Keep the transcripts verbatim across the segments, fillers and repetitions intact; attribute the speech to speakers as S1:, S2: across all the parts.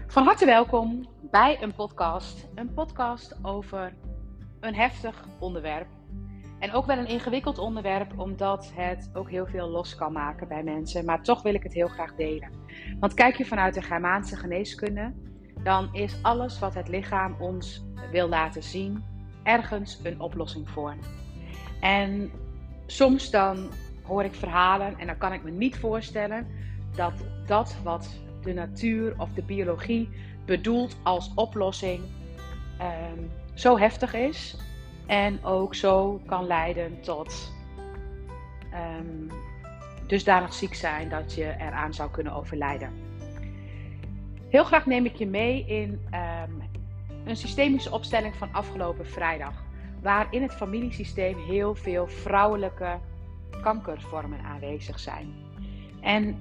S1: Van harte welkom bij een podcast. Een podcast over een heftig onderwerp. En ook wel een ingewikkeld onderwerp, omdat het ook heel veel los kan maken bij mensen. Maar toch wil ik het heel graag delen. Want kijk je vanuit de Germaanse geneeskunde, dan is alles wat het lichaam ons wil laten zien, ergens een oplossing voor. En soms dan hoor ik verhalen en dan kan ik me niet voorstellen dat dat wat de natuur of de biologie bedoelt als oplossing um, zo heftig is en ook zo kan leiden tot um, dusdanig ziek zijn dat je eraan zou kunnen overlijden. Heel graag neem ik je mee in um, een systemische opstelling van afgelopen vrijdag, waar in het familiesysteem heel veel vrouwelijke kankervormen aanwezig zijn. En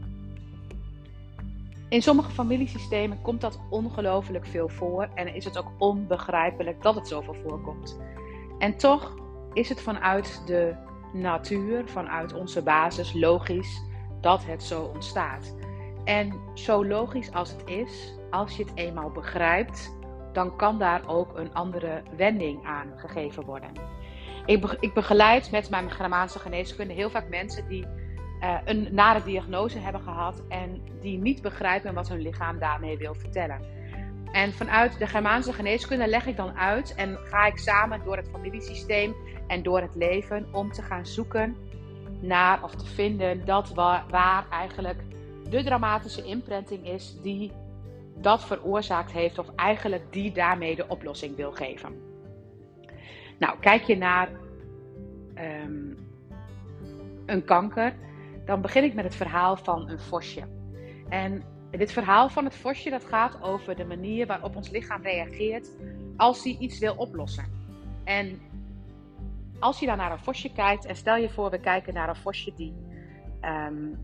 S1: in sommige familiesystemen komt dat ongelooflijk veel voor en is het ook onbegrijpelijk dat het zoveel voorkomt. En toch is het vanuit de natuur, vanuit onze basis, logisch dat het zo ontstaat. En zo logisch als het is, als je het eenmaal begrijpt, dan kan daar ook een andere wending aan gegeven worden. Ik, be- ik begeleid met mijn Germaanse geneeskunde heel vaak mensen die Uh, een nare diagnose hebben gehad en die niet begrijpen wat hun lichaam daarmee wil vertellen. En vanuit de Germaanse geneeskunde leg ik dan uit en ga ik samen door het familiesysteem en door het leven om te gaan zoeken naar of te vinden dat waar, waar eigenlijk de dramatische imprinting is die dat veroorzaakt heeft of eigenlijk die daarmee de oplossing wil geven. Nou, kijk je naar um, een kanker, dan begin ik met het verhaal van een vosje. En dit verhaal van het vosje dat gaat over de manier waarop ons lichaam reageert als hij iets wil oplossen. En als je dan naar een vosje kijkt, en stel je voor we kijken naar een vosje die um,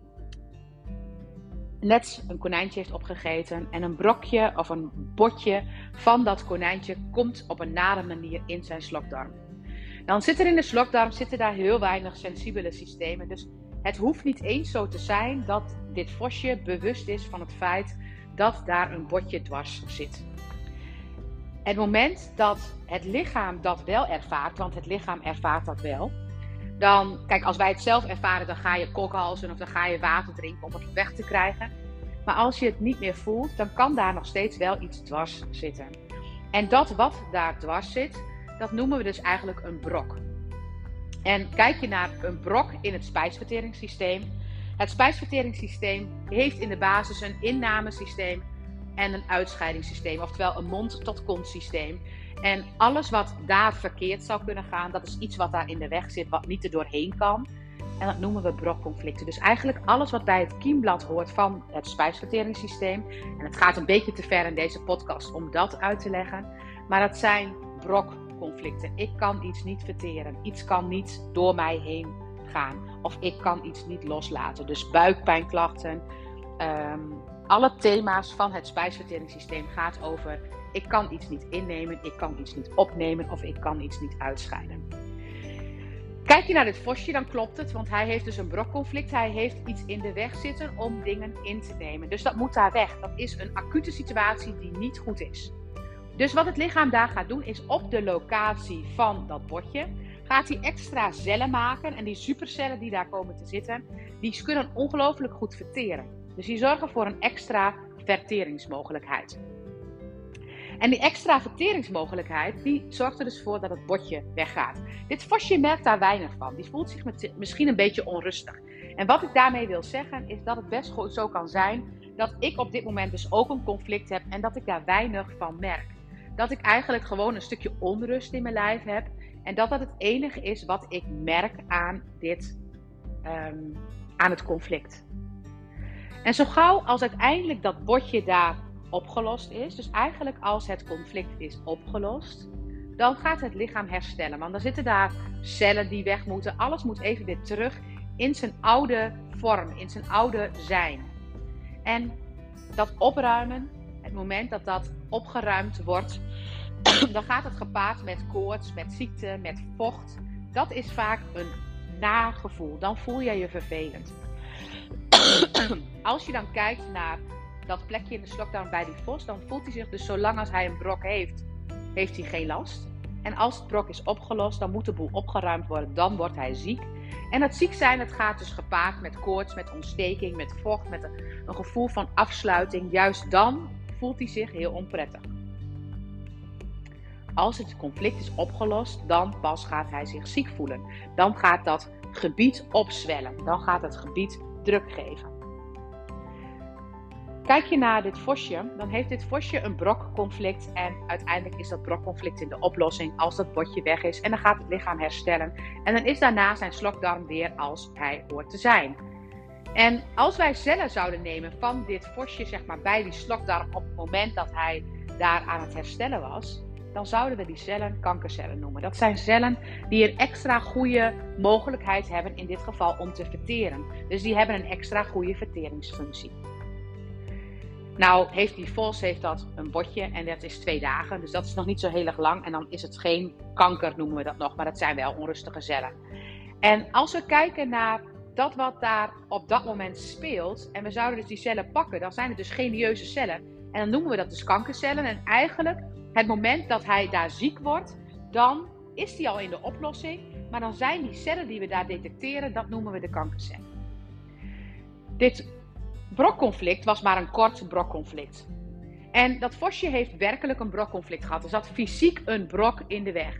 S1: net een konijntje heeft opgegeten en een brokje of een botje van dat konijntje komt op een nare manier in zijn slokdarm. Dan zit er in de slokdarm zitten daar heel weinig sensibele systemen, dus het hoeft niet eens zo te zijn dat dit vosje bewust is van het feit dat daar een botje dwars zit. Het moment dat het lichaam dat wel ervaart, want het lichaam ervaart dat wel, dan, kijk, als wij het zelf ervaren, dan ga je kokhalzen of dan ga je water drinken om het weg te krijgen. Maar als je het niet meer voelt, dan kan daar nog steeds wel iets dwars zitten. En dat wat daar dwars zit, dat noemen we dus eigenlijk een brok. En kijk je naar een brok in het spijsverteringssysteem. Het spijsverteringssysteem heeft in de basis een innamesysteem en een uitscheidingssysteem. Oftewel een mond-tot-kont systeem. En alles wat daar verkeerd zou kunnen gaan, dat is iets wat daar in de weg zit, wat niet er doorheen kan. En dat noemen we brokconflicten. Dus eigenlijk alles wat bij het kiemblad hoort van het spijsverteringssysteem. En het gaat een beetje te ver in deze podcast om dat uit te leggen. Maar dat zijn brokconflicten. Conflicten. Ik kan iets niet verteren. Iets kan niet door mij heen gaan. Of ik kan iets niet loslaten. Dus buikpijnklachten. Um, alle thema's van het spijsverteringssysteem gaat over ik kan iets niet innemen, ik kan iets niet opnemen of ik kan iets niet uitscheiden. Kijk je naar dit vosje, dan klopt het. Want hij heeft dus een brokconflict. Hij heeft iets in de weg zitten om dingen in te nemen. Dus dat moet daar weg. Dat is een acute situatie die niet goed is. Dus wat het lichaam daar gaat doen is op de locatie van dat botje gaat hij extra cellen maken. En die supercellen die daar komen te zitten, die kunnen ongelooflijk goed verteren. Dus die zorgen voor een extra verteringsmogelijkheid. En die extra verteringsmogelijkheid die zorgt er dus voor dat het botje weggaat. Dit vosje merkt daar weinig van. Die voelt zich met, misschien een beetje onrustig. En wat ik daarmee wil zeggen is dat het best goed zo kan zijn dat ik op dit moment dus ook een conflict heb en dat ik daar weinig van merk. Dat ik eigenlijk gewoon een stukje onrust in mijn lijf heb. En dat dat het enige is wat ik merk aan, dit, um, aan het conflict. En zo gauw als uiteindelijk dat botje daar opgelost is. Dus eigenlijk als het conflict is opgelost. Dan gaat het lichaam herstellen. Want dan zitten daar cellen die weg moeten. Alles moet even weer terug in zijn oude vorm. In zijn oude zijn. En dat opruimen. Het moment dat dat opgeruimd wordt, dan gaat het gepaard met koorts, met ziekte, met vocht. Dat is vaak een nagevoel. Dan voel je je vervelend. Als je dan kijkt naar dat plekje in de slokdarm bij die vos, dan voelt hij zich dus zolang als hij een brok heeft, heeft hij geen last. En als het brok is opgelost, dan moet de boel opgeruimd worden, dan wordt hij ziek. En het ziek zijn, dat gaat dus gepaard met koorts, met ontsteking, met vocht, met een, een gevoel van afsluiting. Juist dan voelt hij zich heel onprettig. Als het conflict is opgelost, dan pas gaat hij zich ziek voelen. Dan gaat dat gebied opzwellen. Dan gaat het gebied druk geven. Kijk je naar dit vosje, dan heeft dit vosje een brokconflict. En uiteindelijk is dat brokconflict in de oplossing als dat botje weg is. En dan gaat het lichaam herstellen. En dan is daarna zijn slokdarm weer als hij hoort te zijn. En als wij cellen zouden nemen van dit vosje, zeg maar bij die slokdarm op het moment dat hij daar aan het herstellen was, dan zouden we die cellen kankercellen noemen. Dat zijn cellen die een extra goede mogelijkheid hebben, in dit geval om te verteren. Dus die hebben een extra goede verteringsfunctie. Nou heeft die vos heeft dat een botje en dat is twee dagen, dus dat is nog niet zo heel erg lang. En dan is het geen kanker, noemen we dat nog, maar dat zijn wel onrustige cellen. En als we kijken naar dat wat daar op dat moment speelt, en we zouden dus die cellen pakken, dan zijn het dus genieuze cellen. En dan noemen we dat dus kankercellen. En eigenlijk, het moment dat hij daar ziek wordt, dan is hij al in de oplossing. Maar dan zijn die cellen die we daar detecteren, dat noemen we de kankercellen. Dit brokconflict was maar een kort brokconflict. En dat vosje heeft werkelijk een brokconflict gehad. Er zat fysiek een brok in de weg.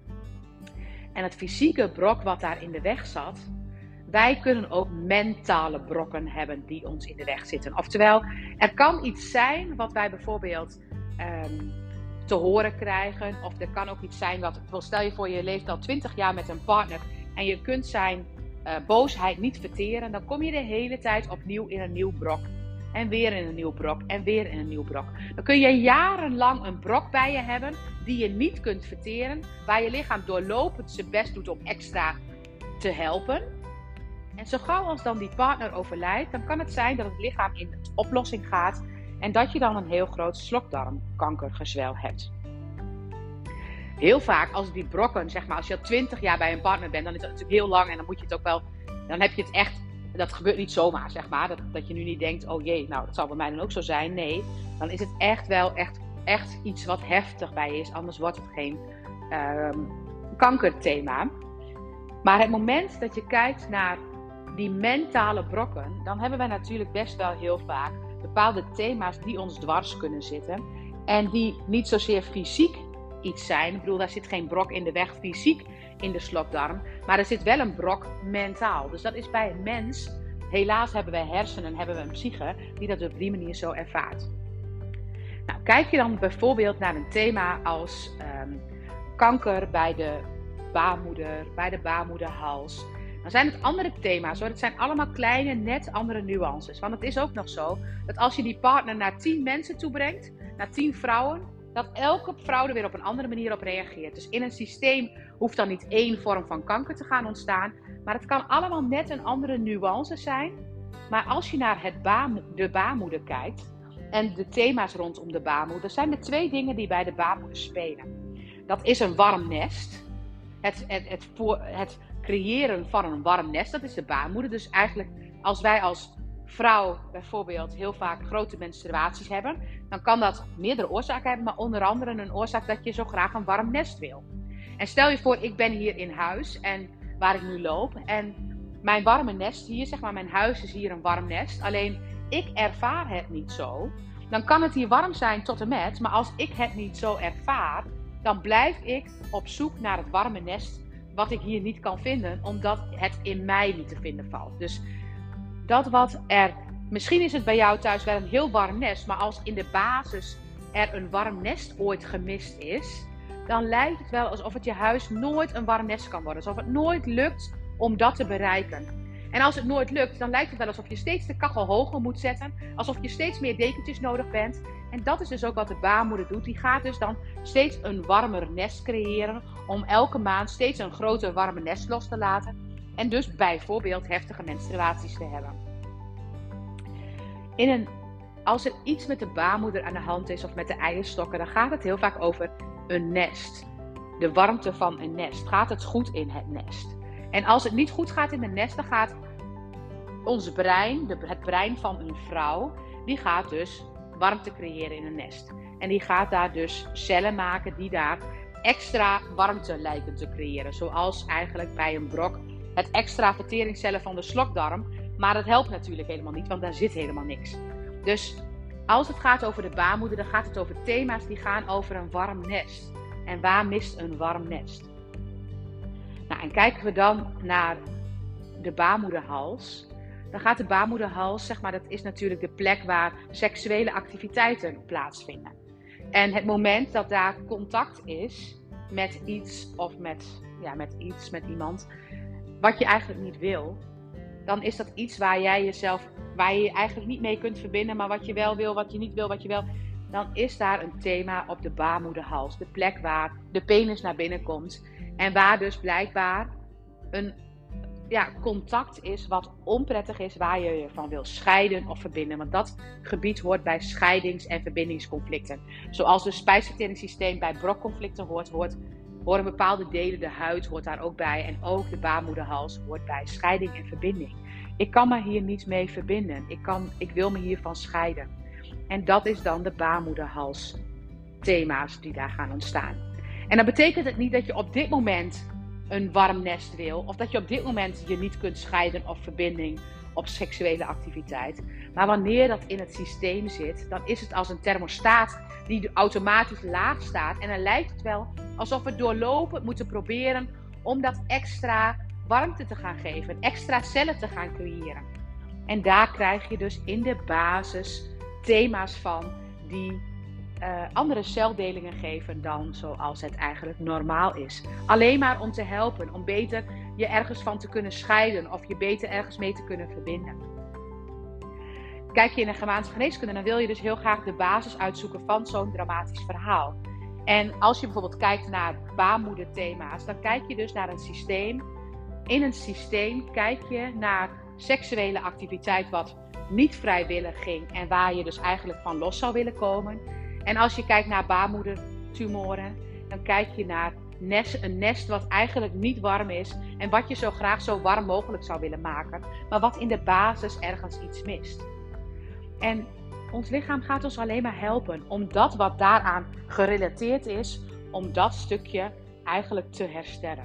S1: En het fysieke brok wat daar in de weg zat, wij kunnen ook mentale brokken hebben die ons in de weg zitten. Oftewel, er kan iets zijn wat wij bijvoorbeeld um, te horen krijgen. Of er kan ook iets zijn wat, stel je voor je leeft al twintig jaar met een partner en je kunt zijn uh, boosheid niet verteren. Dan kom je de hele tijd opnieuw in een nieuw brok. En weer in een nieuw brok. En weer in een nieuw brok. Dan kun je jarenlang een brok bij je hebben die je niet kunt verteren. Waar je lichaam doorlopend zijn best doet om extra te helpen. En zo gauw als dan die partner overlijdt, dan kan het zijn dat het lichaam in de oplossing gaat. En dat je dan een heel groot slokdarmkankergezwel hebt. Heel vaak als die brokken, zeg maar, als je al twintig jaar bij een partner bent, dan is dat natuurlijk heel lang. En dan moet je het ook wel, dan heb je het echt, dat gebeurt niet zomaar, zeg maar. Dat, dat je nu niet denkt, oh jee, nou dat zal bij mij dan ook zo zijn. Nee, dan is het echt wel echt, echt iets wat heftig bij je is. Anders wordt het geen um, kankerthema. Maar het moment dat je kijkt naar die mentale brokken, dan hebben wij natuurlijk best wel heel vaak bepaalde thema's die ons dwars kunnen zitten. En die niet zozeer fysiek iets zijn. Ik bedoel, daar zit geen brok in de weg fysiek in de slokdarm. Maar er zit wel een brok mentaal. Dus dat is bij een mens. Helaas hebben we hersenen, hebben we een psyche die dat op die manier zo ervaart. Nou, kijk je dan bijvoorbeeld naar een thema als um, kanker bij de baarmoeder, bij de baarmoederhals. Dan zijn het andere thema's hoor. Het zijn allemaal kleine, net andere nuances. Want het is ook nog zo dat als je die partner naar tien mensen toebrengt, naar tien vrouwen, dat elke vrouw er weer op een andere manier op reageert. Dus in een systeem hoeft dan niet één vorm van kanker te gaan ontstaan. Maar het kan allemaal net een andere nuance zijn. Maar als je naar het baarmo- de baarmoeder kijkt en de thema's rondom de baarmoeder, zijn er twee dingen die bij de baarmoeder spelen. Dat is een warm nest. Het, het, het, voor, het creëren van een warm nest, dat is de baarmoeder. Dus eigenlijk als wij als vrouw bijvoorbeeld heel vaak grote menstruaties hebben, dan kan dat meerdere oorzaken hebben, maar onder andere een oorzaak dat je zo graag een warm nest wil. En stel je voor, ik ben hier in huis en waar ik nu loop en mijn warme nest hier, zeg maar mijn huis is hier een warm nest, alleen ik ervaar het niet zo. Dan kan het hier warm zijn tot en met, maar als ik het niet zo ervaar, dan blijf ik op zoek naar het warme nest wat ik hier niet kan vinden, omdat het in mij niet te vinden valt. Dus dat wat er, misschien is het bij jou thuis wel een heel warm nest, maar als in de basis er een warm nest ooit gemist is, dan lijkt het wel alsof het je huis nooit een warm nest kan worden. Alsof het nooit lukt om dat te bereiken. En als het nooit lukt, dan lijkt het wel alsof je steeds de kachel hoger moet zetten. Alsof je steeds meer dekentjes nodig bent. En dat is dus ook wat de baarmoeder doet. Die gaat dus dan steeds een warmer nest creëren. Om elke maand steeds een groter warme nest los te laten. En dus bijvoorbeeld heftige menstruaties te hebben. In een, als er iets met de baarmoeder aan de hand is of met de eierstokken, dan gaat het heel vaak over een nest. De warmte van een nest. Gaat het goed in het nest? En als het niet goed gaat in het nest, dan gaat ons brein, de, het brein van een vrouw, die gaat dus warmte creëren in een nest. En die gaat daar dus cellen maken die daar extra warmte lijken te creëren. Zoals eigenlijk bij een brok het extra verteringscellen van de slokdarm. Maar dat helpt natuurlijk helemaal niet, want daar zit helemaal niks. Dus als het gaat over de baarmoeder, dan gaat het over thema's die gaan over een warm nest. En waar mist een warm nest? Nou, en kijken we dan naar de baarmoederhals. Dan gaat de baarmoederhals, zeg maar, dat is natuurlijk de plek waar seksuele activiteiten plaatsvinden. En het moment dat daar contact is met iets of met, ja, met iets, met iemand, wat je eigenlijk niet wil, dan is dat iets waar jij jezelf, waar je je eigenlijk niet mee kunt verbinden, maar wat je wel wil, wat je niet wil, wat je wel, dan is daar een thema op de baarmoederhals. De plek waar de penis naar binnen komt en waar dus blijkbaar een ja, contact is wat onprettig is, waar je je van wil scheiden of verbinden. Want dat gebied hoort bij scheidings- en verbindingsconflicten. Zoals het spijsverteringssysteem bij brokconflicten hoort, hoort, horen bepaalde delen, de huid hoort daar ook bij. En ook de baarmoederhals hoort bij scheiding en verbinding. Ik kan me hier niet mee verbinden. Ik, kan, ik wil me hiervan scheiden. En dat is dan de baarmoederhals thema's die daar gaan ontstaan. En dan betekent het niet dat je op dit moment een warm nest wil, of dat je op dit moment je niet kunt scheiden of verbinding op seksuele activiteit. Maar wanneer dat in het systeem zit, dan is het als een thermostaat die automatisch laag staat. En dan lijkt het wel alsof we doorlopend moeten proberen om dat extra warmte te gaan geven, extra cellen te gaan creëren. En daar krijg je dus in de basis thema's van die Uh, andere celdelingen geven dan zoals het eigenlijk normaal is. Alleen maar om te helpen, om beter je ergens van te kunnen scheiden of je beter ergens mee te kunnen verbinden. Kijk je in de Germaanse geneeskunde, dan wil je dus heel graag de basis uitzoeken van zo'n dramatisch verhaal. En als je bijvoorbeeld kijkt naar baarmoederthema's, dan kijk je dus naar een systeem. In een systeem kijk je naar seksuele activiteit wat niet vrijwillig ging en waar je dus eigenlijk van los zou willen komen. En als je kijkt naar baarmoedertumoren, dan kijk je naar nest, een nest wat eigenlijk niet warm is en wat je zo graag zo warm mogelijk zou willen maken, maar wat in de basis ergens iets mist. En ons lichaam gaat ons alleen maar helpen om dat wat daaraan gerelateerd is, om dat stukje eigenlijk te herstellen.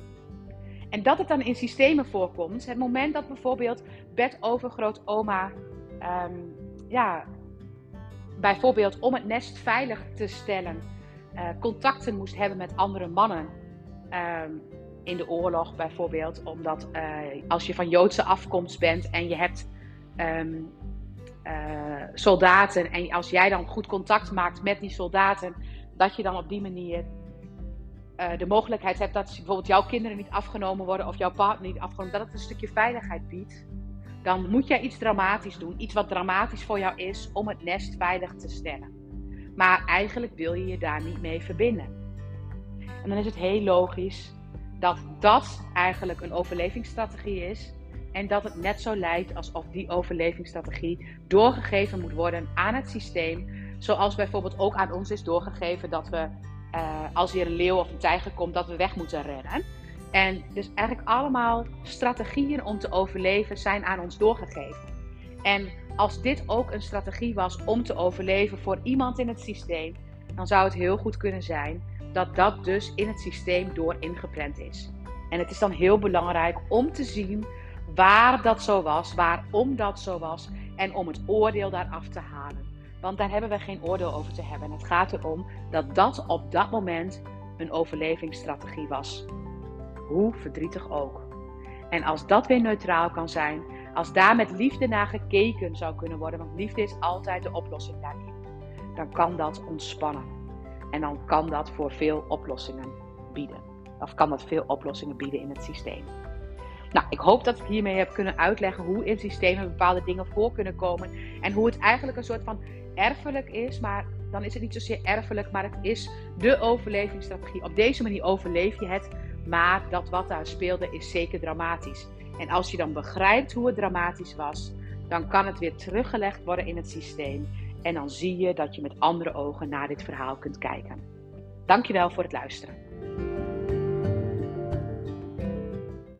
S1: En dat het dan in systemen voorkomt, het moment dat bijvoorbeeld bedovergrootoma, um, ja, bijvoorbeeld om het nest veilig te stellen, uh, contacten moest hebben met andere mannen. Uh, in de oorlog bijvoorbeeld, omdat uh, als je van Joodse afkomst bent en je hebt um, uh, soldaten en als jij dan goed contact maakt met die soldaten, dat je dan op die manier uh, de mogelijkheid hebt dat bijvoorbeeld jouw kinderen niet afgenomen worden of jouw partner niet afgenomen, dat het een stukje veiligheid biedt. Dan moet jij iets dramatisch doen. Iets wat dramatisch voor jou is om het nest veilig te stellen. Maar eigenlijk wil je je daar niet mee verbinden. En dan is het heel logisch dat dat eigenlijk een overlevingsstrategie is. En dat het net zo lijkt alsof die overlevingsstrategie doorgegeven moet worden aan het systeem. Zoals bijvoorbeeld ook aan ons is doorgegeven dat we, uh, als hier een leeuw of een tijger komt, dat we weg moeten rennen. En dus eigenlijk allemaal strategieën om te overleven zijn aan ons doorgegeven. En als dit ook een strategie was om te overleven voor iemand in het systeem, dan zou het heel goed kunnen zijn dat dat dus in het systeem door ingeprent is. En het is dan heel belangrijk om te zien waar dat zo was, waarom dat zo was en om het oordeel daaraf te halen. Want daar hebben we geen oordeel over te hebben. Het gaat erom dat dat op dat moment een overlevingsstrategie was. Hoe verdrietig ook. En als dat weer neutraal kan zijn, als daar met liefde naar gekeken zou kunnen worden, want liefde is altijd de oplossing daarin, dan kan dat ontspannen. En dan kan dat voor veel oplossingen bieden. Of kan dat veel oplossingen bieden in het systeem. Nou, ik hoop dat ik hiermee heb kunnen uitleggen hoe in systemen bepaalde dingen voor kunnen komen. En hoe het eigenlijk een soort van erfelijk is, maar dan is het niet zozeer erfelijk, maar het is de overlevingsstrategie. Op deze manier overleef je het. Maar dat wat daar speelde is zeker dramatisch. En als je dan begrijpt hoe het dramatisch was, dan kan het weer teruggelegd worden in het systeem. En dan zie je dat je met andere ogen naar dit verhaal kunt kijken. Dankjewel voor het luisteren.